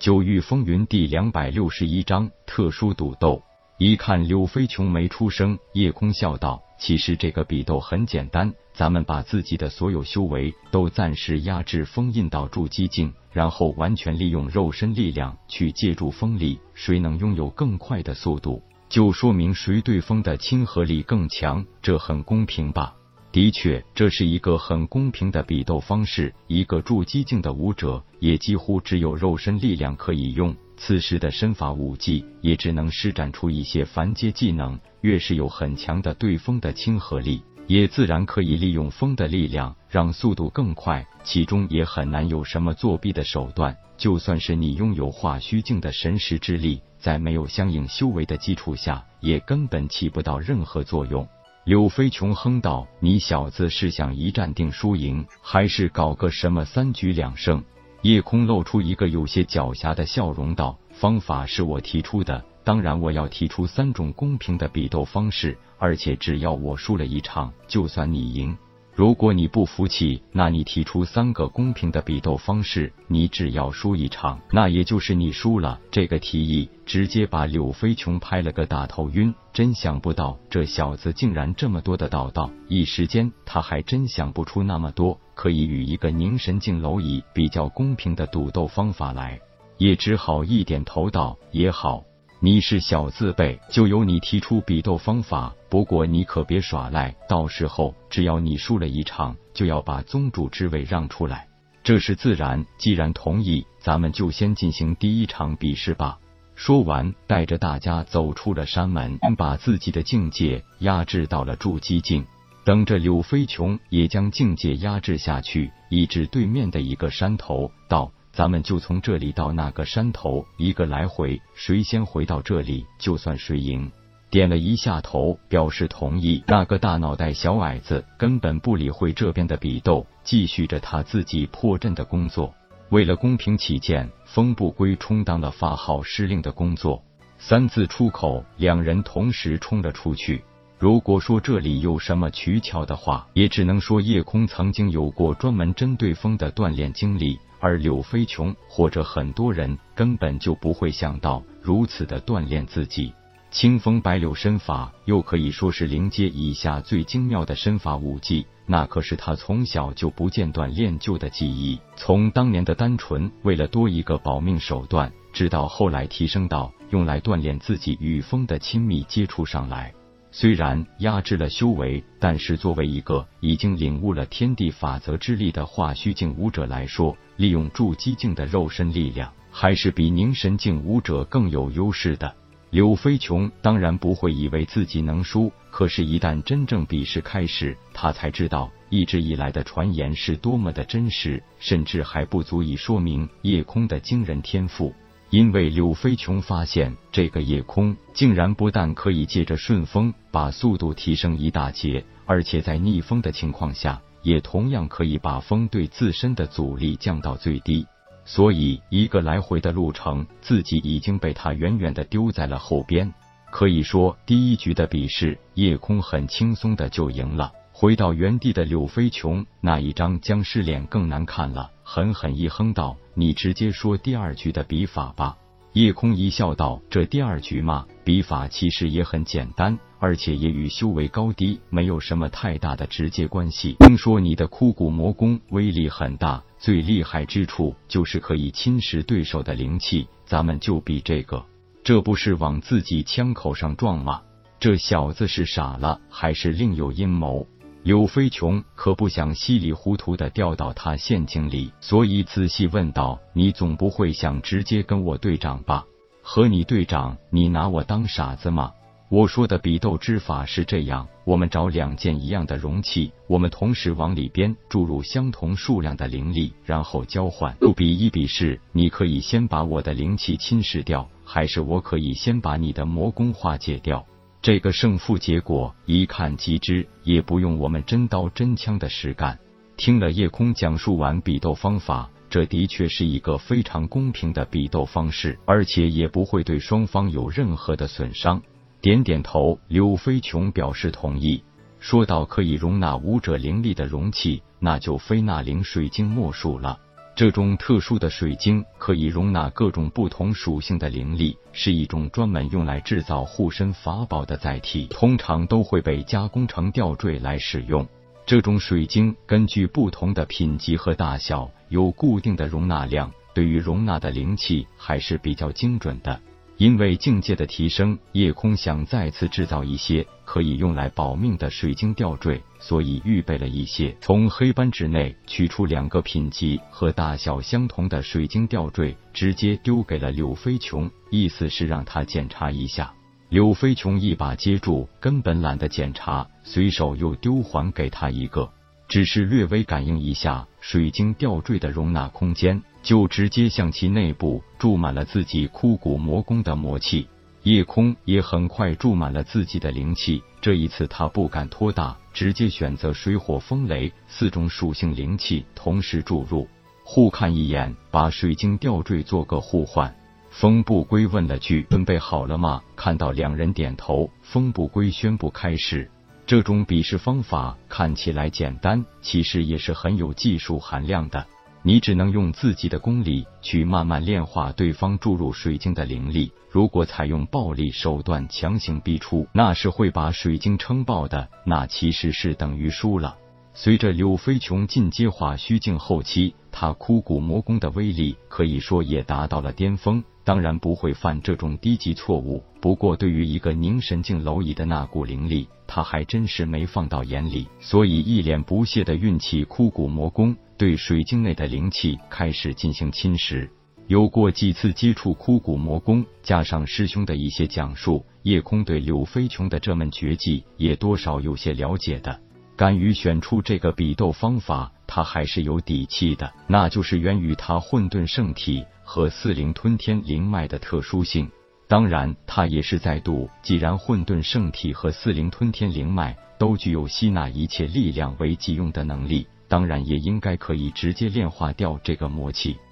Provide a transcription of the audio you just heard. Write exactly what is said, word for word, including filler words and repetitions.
九域风云第两百六十一章特殊赌斗。一看柳飞琼没出声，叶空笑道：“其实这个比斗很简单，咱们把自己的所有修为都暂时压制封印到筑基境，然后完全利用肉身力量去借助风力，谁能拥有更快的速度，就说明谁对风的亲和力更强，这很公平吧？”的确，这是一个很公平的比斗方式。一个筑基境的武者，也几乎只有肉身力量可以用，此时的身法武技也只能施展出一些凡阶技能。越是有很强的对风的亲和力，也自然可以利用风的力量让速度更快，其中也很难有什么作弊的手段。就算是你拥有化虚境的神识之力，在没有相应修为的基础下，也根本起不到任何作用。柳飞琼哼道：“你小子是想一战定输赢，还是搞个什么三局两胜？”叶空露出一个有些狡黠的笑容道：“方法是我提出的，当然我要提出三种公平的比斗方式，而且只要我输了一场，就算你赢。如果你不服气，那你提出三个公平的比斗方式，你只要输一场，那也就是你输了。”这个提议直接把柳飞琼拍了个大头晕，真想不到这小子竟然这么多的道道，一时间他还真想不出那么多可以与一个凝神境蝼蚁比较公平的赌斗方法来，也只好一点头道：“也好。你是小字辈，就由你提出比斗方法，不过你可别耍赖，到时候只要你输了一场，就要把宗主之位让出来。”“这是自然，既然同意，咱们就先进行第一场比试吧。”说完，带着大家走出了山门，把自己的境界压制到了筑基境。等着柳飞琼也将境界压制下去，移至对面的一个山头，道：“咱们就从这里到那个山头，一个来回，谁先回到这里，就算谁赢。”点了一下头，表示同意。那个大脑袋小矮子根本不理会这边的比斗，继续着他自己破阵的工作。为了公平起见，风不归充当了发号施令的工作。三字出口，两人同时冲了出去。如果说这里有什么取巧的话，也只能说叶空曾经有过专门针对风的锻炼经历，而柳飞琼或者很多人根本就不会想到如此的锻炼自己。清风白柳身法又可以说是灵阶以下最精妙的身法武技，那可是他从小就不间断练就的技艺。从当年的单纯为了多一个保命手段，直到后来提升到用来锻炼自己与风的亲密接触上来。虽然压制了修为，但是作为一个已经领悟了天地法则之力的化虚境武者来说，利用筑基境的肉身力量，还是比凝神境武者更有优势的。柳飞琼当然不会以为自己能输，可是一旦真正比试开始，他才知道一直以来的传言是多么的真实，甚至还不足以说明叶空的惊人天赋。因为柳飞琼发现，这个叶空竟然不但可以借着顺风把速度提升一大截，而且在逆风的情况下，也同样可以把风对自身的阻力降到最低。所以一个来回的路程，自己已经被他远远的丢在了后边。可以说第一局的比试，叶空很轻松的就赢了。回到原地的柳飞琼那一张僵尸脸更难看了，狠狠一哼道：“你直接说第二局的比法吧。”叶空一笑道：“这第二局嘛，比法其实也很简单，而且也与修为高低没有什么太大的直接关系。听说你的枯骨魔功威力很大，最厉害之处就是可以侵蚀对手的灵气，咱们就比这个。”这不是往自己枪口上撞吗？这小子是傻了，还是另有阴谋？柳飞琼可不想稀里糊涂的掉到他陷阱里，所以仔细问道：“你总不会想直接跟我对掌吧？和你对掌，你拿我当傻子吗？我说的比斗之法是这样，我们找两件一样的容器，我们同时往里边注入相同数量的灵力，然后交换。就比一比试，你可以先把我的灵气侵蚀掉，还是我可以先把你的魔功化解掉。这个胜负结果一看即知，也不用我们真刀真枪的实干。”听了叶空讲述完比斗方法，这的确是一个非常公平的比斗方式，而且也不会对双方有任何的损伤。点点头，柳飞琼表示同意，说到可以容纳武者灵力的容器，那就非那灵水晶莫属了。 这种特殊的水晶可以容纳各种不同属性的灵力，是一种专门用来制造护身法宝的载体，通常都会被加工成吊坠来使用。这种水晶根据不同的品级和大小有固定的容纳量，对于容纳的灵气还是比较精准的。因为境界的提升，夜空想再次制造一些可以用来保命的水晶吊坠，所以预备了一些。从黑扳指内取出两个品级和大小相同的水晶吊坠，直接丢给了柳飞琼，意思是让他检查一下。柳飞琼一把接住，根本懒得检查，随手又丢还给他一个。只是略微感应一下水晶吊坠的容纳空间，就直接向其内部注满了自己枯骨魔功的魔气。夜空也很快注满了自己的灵气，这一次他不敢拖大，直接选择水火风雷四种属性灵气同时注入，互看一眼，把水晶吊坠做个互换。风不归问了句：“准备好了吗？”看到两人点头，风不归宣布开始。这种比试方法看起来简单，其实也是很有技术含量的。你只能用自己的功力去慢慢炼化对方注入水晶的灵力，如果采用暴力手段强行逼出，那是会把水晶撑爆的，那其实是等于输了。随着柳飞琼进阶化虚境后期，他枯骨魔功的威力可以说也达到了巅峰，当然不会犯这种低级错误，不过对于一个凝神境蝼蚁的那股灵力，他还真是没放到眼里，所以一脸不屑地运起枯骨魔功，对水晶内的灵气开始进行侵蚀。有过几次接触枯骨魔功，加上师兄的一些讲述，夜空对柳飞琼的这门绝技也多少有些了解的。敢于选出这个比斗方法，他还是有底气的，那就是源于他混沌圣体和四灵吞天灵脉的特殊性。当然，他也是在赌，既然混沌圣体和四灵吞天灵脉都具有吸纳一切力量为己用的能力，当然也应该可以直接炼化掉这个魔气。